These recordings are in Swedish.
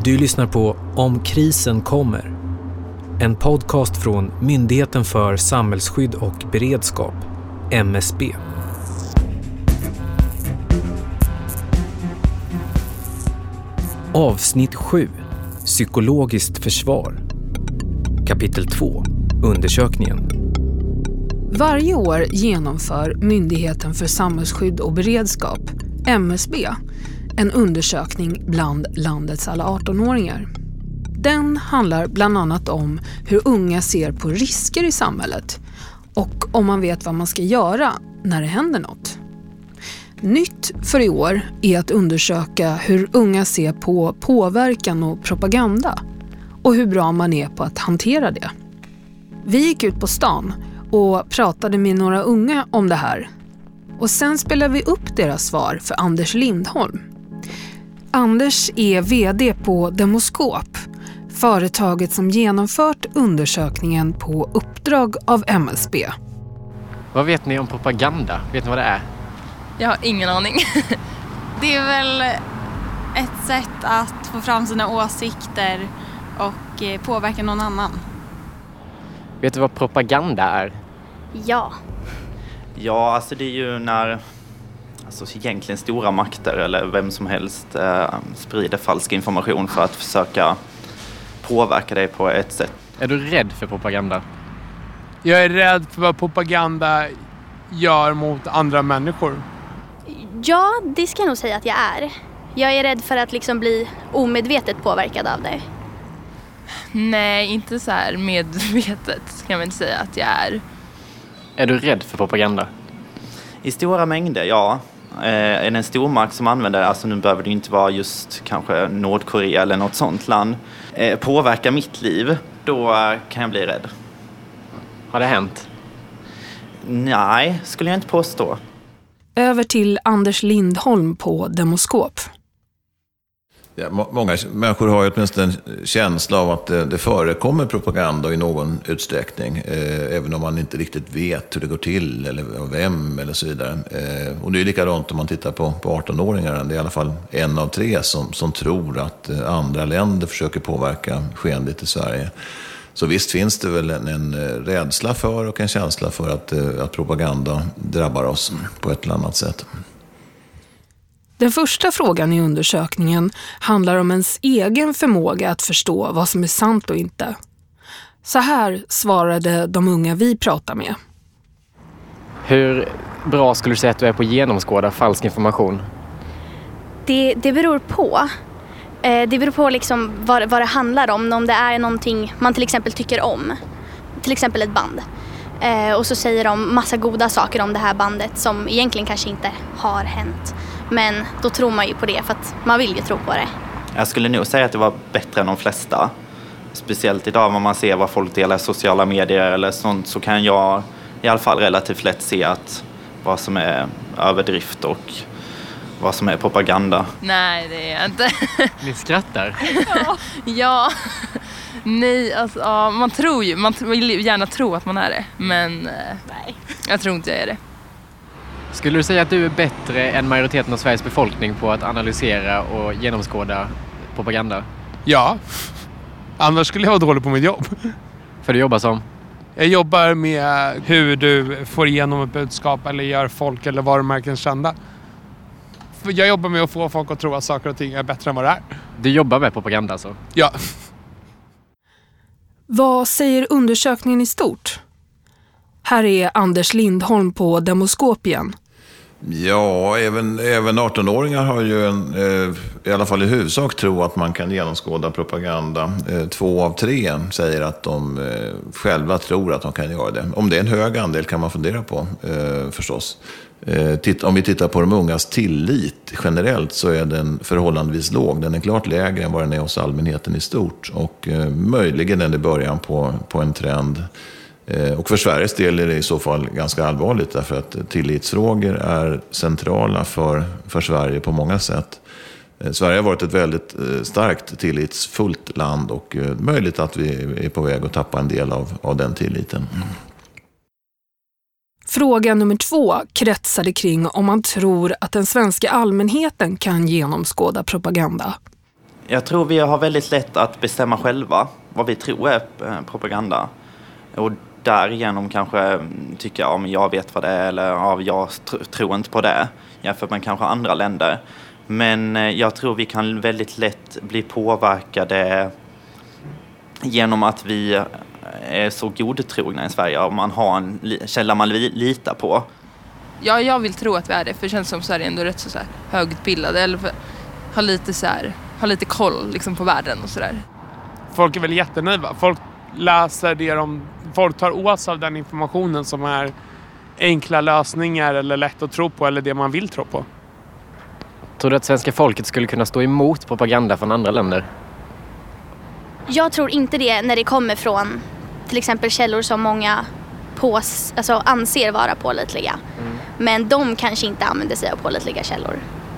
Du lyssnar på Om krisen kommer. En podcast från Myndigheten för samhällsskydd och beredskap, MSB. Avsnitt 7. Psykologiskt försvar. Kapitel 2. Undersökningen. Varje år genomför Myndigheten för samhällsskydd och beredskap, MSB, en undersökning bland landets alla 18-åringar. Den handlar bland annat om hur unga ser på risker i samhället och om man vet vad man ska göra när det händer något. Nytt för i år är att undersöka hur unga ser på påverkan och propaganda och hur bra man är på att hantera det. Vi gick ut på stan och pratade med några unga om det här. Och sen spelade vi upp deras svar för Anders Lindholm. Anders är vd på Demoskop, företaget som genomfört undersökningen på uppdrag av MSB. Vad vet ni om propaganda? Vet ni vad det är? Jag har ingen aning. Det är väl ett sätt att få fram sina åsikter och påverka någon annan. Vet du vad propaganda är? Ja. Ja, alltså det är ju när egentligen stora makter eller vem som helst sprider falsk information för att försöka påverka dig på ett sätt. Är du rädd för propaganda? Jag är rädd för vad propaganda gör mot andra människor. Ja, det ska jag nog säga att jag är. Jag är rädd för att liksom bli omedvetet påverkad av det. Nej, inte så här medvetet kan man inte säga att jag är. Är du rädd för propaganda? I stora mängder, ja. Är det en stormakt som använder, alltså nu behöver det inte vara just kanske Nordkorea eller något sånt land, påverkar mitt liv, då kan jag bli rädd. Har det hänt? Nej, skulle jag inte påstå. Över till Anders Lindholm på Demoskop. Ja, många människor har ju åtminstone en känsla av att det förekommer propaganda i någon utsträckning. Även om man inte riktigt vet hur det går till eller vem eller så vidare. Och det är likadant om man tittar på 18-åringar. Det är i alla fall 1 av 3 som tror att andra länder försöker påverka skeendet i Sverige. Så visst finns det väl en rädsla för och en känsla för att propaganda drabbar oss på ett eller annat sätt. Den första frågan i undersökningen handlar om ens egen förmåga att förstå vad som är sant och inte. Så här svarade de unga vi pratade med. Hur bra skulle du säga att du är på att genomskåda falsk information? Det beror på. Det beror på liksom vad det handlar om det är någonting man till exempel tycker om. Till exempel ett band. Och så säger de massa goda saker om det här bandet som egentligen kanske inte har hänt. Men då tror man ju på det för att man vill ju tro på det. Jag skulle nog säga att det var bättre än de flesta. Speciellt idag när man ser vad folk delar i sociala medier eller sånt, så kan jag i alla fall relativt lätt se att vad som är överdrift och vad som är propaganda. Nej, det är jag inte. Ni skrattar? Ja. Nej, alltså man tror ju, man vill gärna tro att man är det, men nej, jag tror inte jag är det. Skulle du säga att du är bättre än majoriteten av Sveriges befolkning på att analysera och genomskåda propaganda? Ja, annars skulle jag vara dålig på mitt jobb. För du jobbar som? Jag jobbar med hur du får igenom ett budskap eller gör folk eller varumärken kända. Jag jobbar med att få folk att tro att saker och ting är bättre än vad det är. Du jobbar med propaganda alltså? Ja. Vad säger undersökningen i stort? Här är Anders Lindholm på Demoskop igen. Ja, även 18-åringar har ju i alla fall i huvudsak tro att man kan genomskåda propaganda. 2 av 3 säger att de själva tror att de kan göra det. Om det är en hög andel kan man fundera på förstås. Om vi tittar på de ungas tillit generellt så är den förhållandevis låg. Den är klart lägre än vad den är hos allmänheten i stort. Och möjligen är det början på en trend. Och för Sveriges del är det i så fall ganska allvarligt därför att tillitsfrågor är centrala för Sverige på många sätt. Sverige har varit ett väldigt starkt tillitsfullt land och möjligt att vi är på väg att tappa en del av den tilliten. Fråga nummer 2 kretsade kring om man tror att den svenska allmänheten kan genomskåda propaganda. Jag tror vi har väldigt lätt att bestämma själva vad vi tror är propaganda. Och därigenom kanske tycka jag vet vad det är eller jag tror inte på det jämfört med kanske andra länder. Men jag tror vi kan väldigt lätt bli påverkade genom att vi är så godtrogna i Sverige och man har en källa man litar på. Ja, jag vill tro att vi är det, för det känns som Sverige ändå rätt så här högutbildade eller har lite koll liksom på världen och sådär. Folk är väl jättenöjda. Folk läser folk tar åt sig av den informationen som är enkla lösningar eller lätt att tro på eller det man vill tro på. Tror du att svenska folket skulle kunna stå emot propaganda från andra länder? Jag tror inte det när det kommer från till exempel källor som många anser vara pålitliga. Men de kanske inte använder sig av pålitliga källor.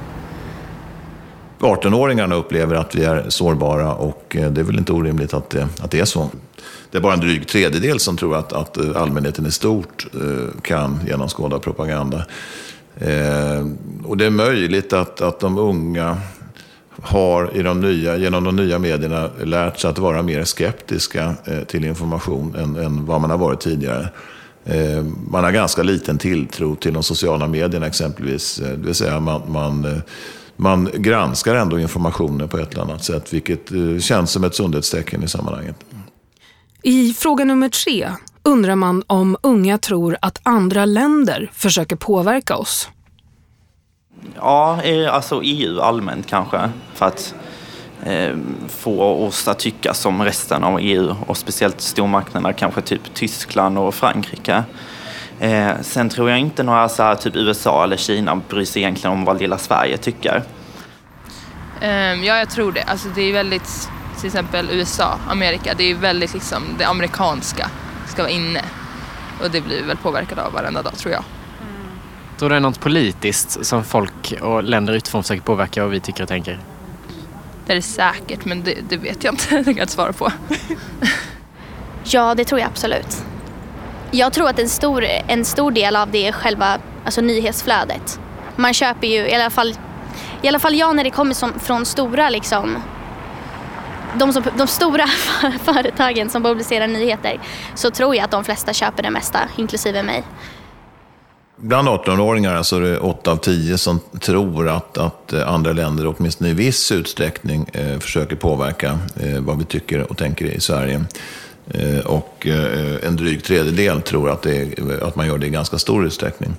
18-åringarna upplever att vi är sårbara och det är väl inte orimligt att det är så. Det är bara en dryg tredjedel som tror att allmänheten i stort kan genomskåda propaganda. Och det är möjligt att de unga har genom de nya medierna lärt sig att vara mer skeptiska till information än vad man har varit tidigare. Man har ganska liten tilltro till de sociala medierna exempelvis. Det vill säga man granskar ändå informationen på ett eller annat sätt, vilket känns som ett sundhetstecken i sammanhanget. I fråga nummer 3 undrar man om unga tror att andra länder försöker påverka oss. Ja, alltså EU allmänt kanske. För att få oss att tycka som resten av EU och speciellt stormakterna, kanske typ Tyskland och Frankrike. Sen tror jag inte några så här, typ USA eller Kina bryr sig egentligen om vad lilla Sverige tycker. Ja, jag tror det. Alltså det är väldigt, till exempel USA, Amerika, det är väldigt liksom det amerikanska ska vara inne. Och det blir väl påverkat av varenda dag, tror jag. Tror du det är något politiskt som folk och länder utifrån försöker påverka vad vi tycker och tänker? Det är säkert, men det vet jag inte. Det kan jag inte svara på. Ja, det tror jag absolut. Jag tror att en stor del av det är själva nyhetsflödet. Man köper ju, i alla fall jag när det kommer från stora liksom, de stora företagen som publicerar nyheter, så tror jag att de flesta köper det mesta, inklusive mig. Bland 18-åringar så är det 8 av 10 som tror att andra länder åtminstone i viss utsträckning försöker påverka vad vi tycker och tänker i Sverige. Och en dryg tredjedel tror att man gör det i ganska stor utsträckning.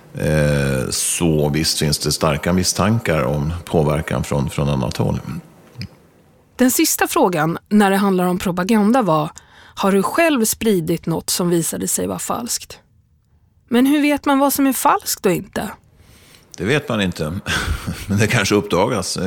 Så visst finns det starka misstankar om påverkan från annat håll. Den sista frågan när det handlar om propaganda var: har du själv spridit något som visade sig vara falskt? Men hur vet man vad som är falskt och inte? Det vet man inte. Men det kanske uppdagas.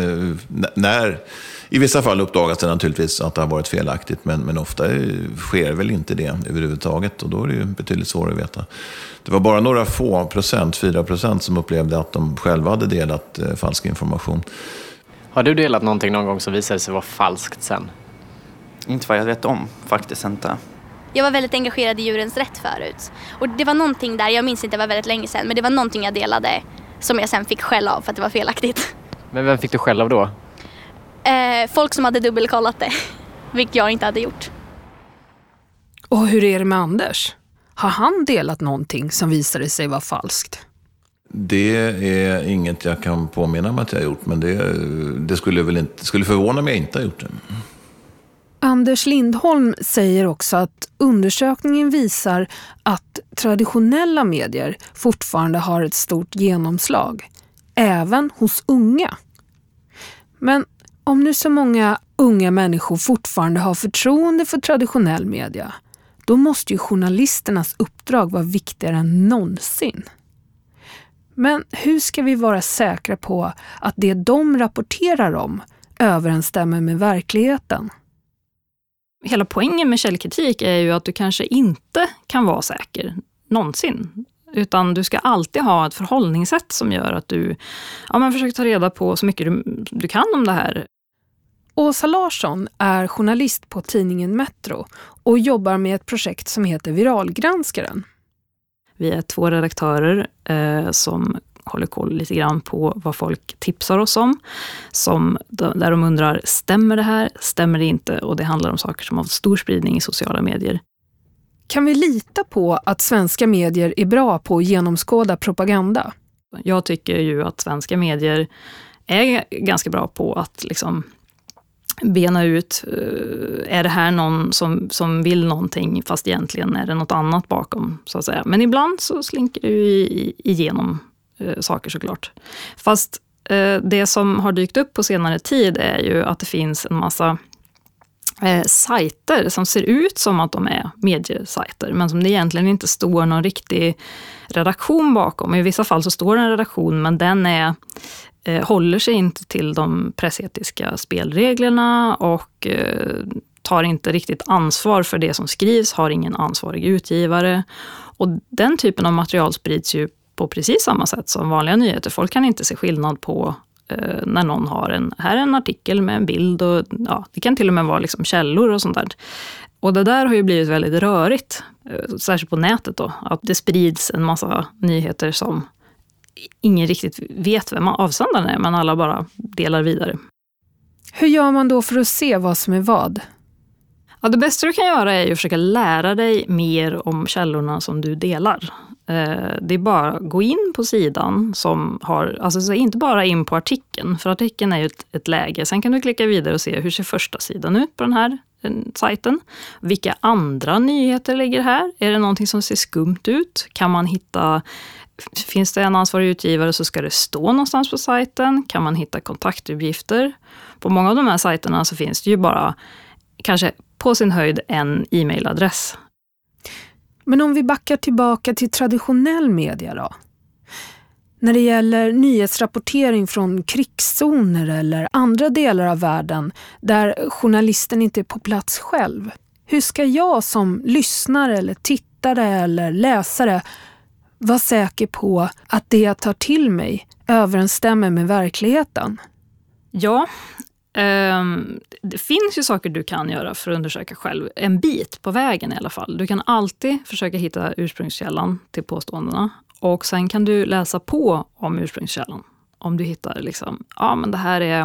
I vissa fall uppdagas det naturligtvis att det har varit felaktigt. Men ofta sker väl inte det överhuvudtaget. Och då är det ju betydligt svårare att veta. Det var bara några få procent, 4%, som upplevde att de själva hade delat falsk information. Har du delat någonting någon gång som visade sig vara falskt sen? Inte vad jag vet om, faktiskt inte. Jag var väldigt engagerad i djurens rätt förut. Och det var någonting där, jag minns inte, det var väldigt länge sedan, men det var någonting jag delade som jag sen fick skäll av för att det var felaktigt. Men vem fick du skäll av då? Folk som hade dubbelkollat det, vilket jag inte hade gjort. Och hur är det med Anders? Har han delat någonting som visade sig vara falskt? Det är inget jag kan påminna mig att jag har gjort, men det skulle förvåna mig att jag inte har gjort det. Anders Lindholm säger också att undersökningen visar att traditionella medier fortfarande har ett stort genomslag, även hos unga. Men om nu så många unga människor fortfarande har förtroende för traditionell media, då måste ju journalisternas uppdrag vara viktigare än någonsin. Men hur ska vi vara säkra på att det de rapporterar om överensstämmer med verkligheten? Hela poängen med källkritik är ju att du kanske inte kan vara säker någonsin. Utan du ska alltid ha ett förhållningssätt som gör att du försöker ta reda på så mycket du kan om det här. Åsa Larsson är journalist på tidningen Metro och jobbar med ett projekt som heter Viralgranskaren. Vi är 2 redaktörer som håller koll lite grann på vad folk tipsar oss om. Där de undrar, stämmer det här? Stämmer det inte? Och det handlar om saker som har stor spridning i sociala medier. Kan vi lita på att svenska medier är bra på att genomskåda propaganda? Jag tycker ju att svenska medier är ganska bra på att liksom bena ut, är det här någon som vill någonting fast egentligen är det något annat bakom, så att säga. Men ibland så slinker du igenom saker såklart. Fast det som har dykt upp på senare tid är ju att det finns en massa sajter som ser ut som att de är mediesajter, men som det egentligen inte står någon riktig redaktion bakom. I vissa fall så står det en redaktion, men den håller sig inte till de pressetiska spelreglerna och tar inte riktigt ansvar för det som skrivs, har ingen ansvarig utgivare. Och den typen av material sprids ju på precis samma sätt som vanliga nyheter. Folk kan inte se skillnad på när någon har en artikel med en bild och det kan till och med vara liksom källor och sånt där. Och det där har ju blivit väldigt rörigt, särskilt på nätet då, att det sprids en massa nyheter som ingen riktigt vet vem avsändaren är, men alla bara delar vidare. Hur gör man då för att se vad som är vad? Ja, det bästa du kan göra är ju att försöka lära dig mer om källorna som du delar. Det är bara att gå in på sidan som har, alltså inte bara in på artikeln, för artikeln är ju ett läge. Sen kan du klicka vidare och se hur ser första sidan ut på den här sajten. Vilka andra nyheter ligger här? Är det någonting som ser skumt ut? Kan man hitta, finns det en ansvarig utgivare så ska det stå någonstans på sajten. Kan man hitta kontaktuppgifter? På många av de här sajterna så finns det ju bara kanske på sin höjd en e-mailadress. Men om vi backar tillbaka till traditionell media då? När det gäller nyhetsrapportering från krigszoner eller andra delar av världen där journalisten inte är på plats själv. Hur ska jag som lyssnare eller tittare eller läsare vara säker på att det jag tar till mig överensstämmer med verkligheten? Ja, det finns ju saker du kan göra för att undersöka själv. En bit på vägen i alla fall. Du kan alltid försöka hitta ursprungskällan till påståendena. Och sen kan du läsa på om ursprungskällan. Om du hittar liksom, men det här är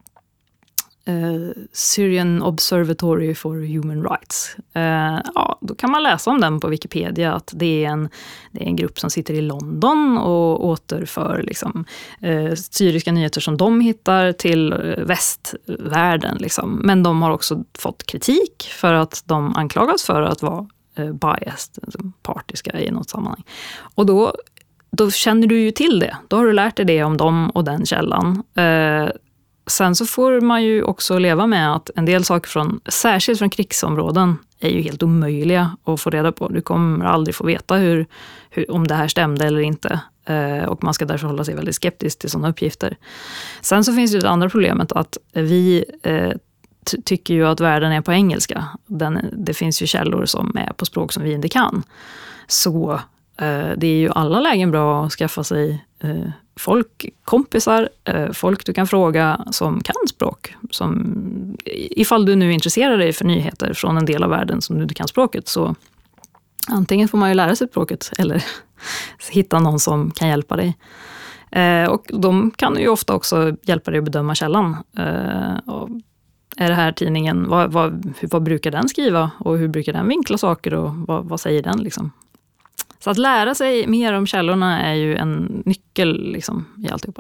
Syrian Observatory for Human Rights. Då kan man läsa om den på Wikipedia, att det är en grupp som sitter i London och återför liksom, syriska nyheter som de hittar till västvärlden. Liksom. Men de har också fått kritik för att de anklagas för att vara biased, partiska i något sammanhang. Och då känner du ju till det. Då har du lärt dig det om dem och den källan. Sen så får man ju också leva med att en del saker särskilt från krigsområden är ju helt omöjliga att få reda på. Du kommer aldrig få veta om det här stämde eller inte. Och man ska därför hålla sig väldigt skeptisk till sådana uppgifter. Sen så finns det det andra problemet att vi tycker ju att världen är på engelska. Det finns ju källor som är på språk som vi inte kan. Så det är ju alla lägen bra att skaffa sig kompisar, folk du kan fråga som kan språk. Ifall du nu intresserar dig för nyheter från en del av världen som du inte kan språket, så antingen får man ju lära sig språket eller hitta någon som kan hjälpa dig. Och de kan ju ofta också hjälpa dig att bedöma källan. Är det här tidningen, vad brukar den skriva och hur brukar den vinkla saker och vad säger den liksom? Så att lära sig mer om källorna är ju en nyckel liksom, i alltihopa.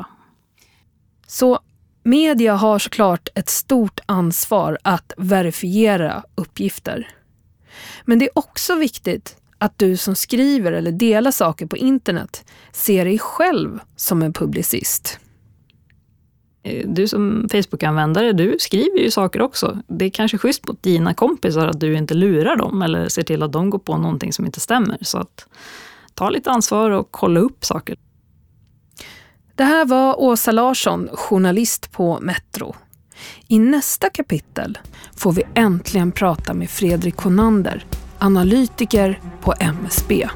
Så media har såklart ett stort ansvar att verifiera uppgifter. Men det är också viktigt att du som skriver eller delar saker på internet ser dig själv som en publicist. Du som Facebook-användare, du skriver ju saker också. Det är kanske schysst mot dina kompisar att du inte lurar dem eller ser till att de går på någonting som inte stämmer. Så att ta lite ansvar och kolla upp saker. Det här var Åsa Larsson, journalist på Metro. I nästa kapitel får vi äntligen prata med Fredrik Konander, analytiker på MSB.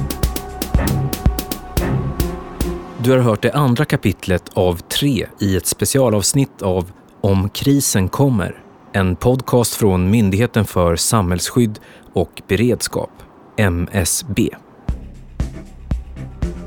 Du har hört det andra kapitlet av 3 i ett specialavsnitt av Om krisen kommer. En podcast från Myndigheten för samhällsskydd och beredskap, MSB.